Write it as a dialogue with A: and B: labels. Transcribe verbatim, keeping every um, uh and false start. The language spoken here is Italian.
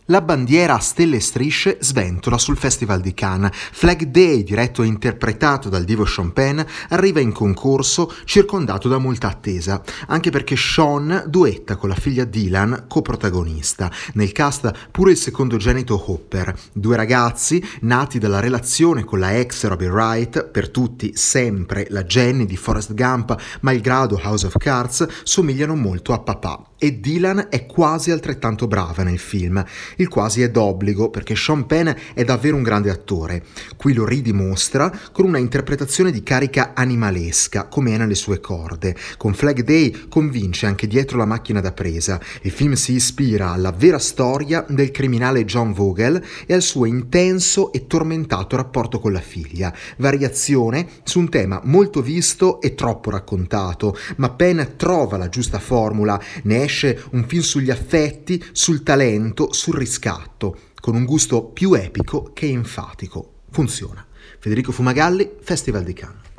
A: La bandiera a stelle e strisce sventola sul Festival di Cannes. Flag Day, diretto e interpretato dal divo Sean Penn, arriva in concorso circondato da molta attesa, anche perché Sean duetta con la figlia Dylan, coprotagonista. Nel cast pure il secondogenito Hopper, due ragazzi nati dalla relazione con la ex Robin Wright, per tutti sempre la Jenny di Forrest Gump, malgrado House of Cards, somigliano molto a papà. E Dylan è quasi altrettanto brava nel film. Il quasi è d'obbligo perché Sean Penn è davvero un grande attore. Qui lo ridimostra con una interpretazione di carica animalesca, come è nelle sue corde. Con Flag Day convince anche dietro la macchina da presa. Il film si ispira alla vera storia del criminale John Vogel e al suo intenso e tormentato rapporto con la figlia. Variazione su un tema molto visto e troppo raccontato, ma Penn trova la giusta formula, ne esce un film sugli affetti, sul talento, sul riscatto, con un gusto più epico che enfatico. Funziona. Federico Fumagalli, Festival di Cannes.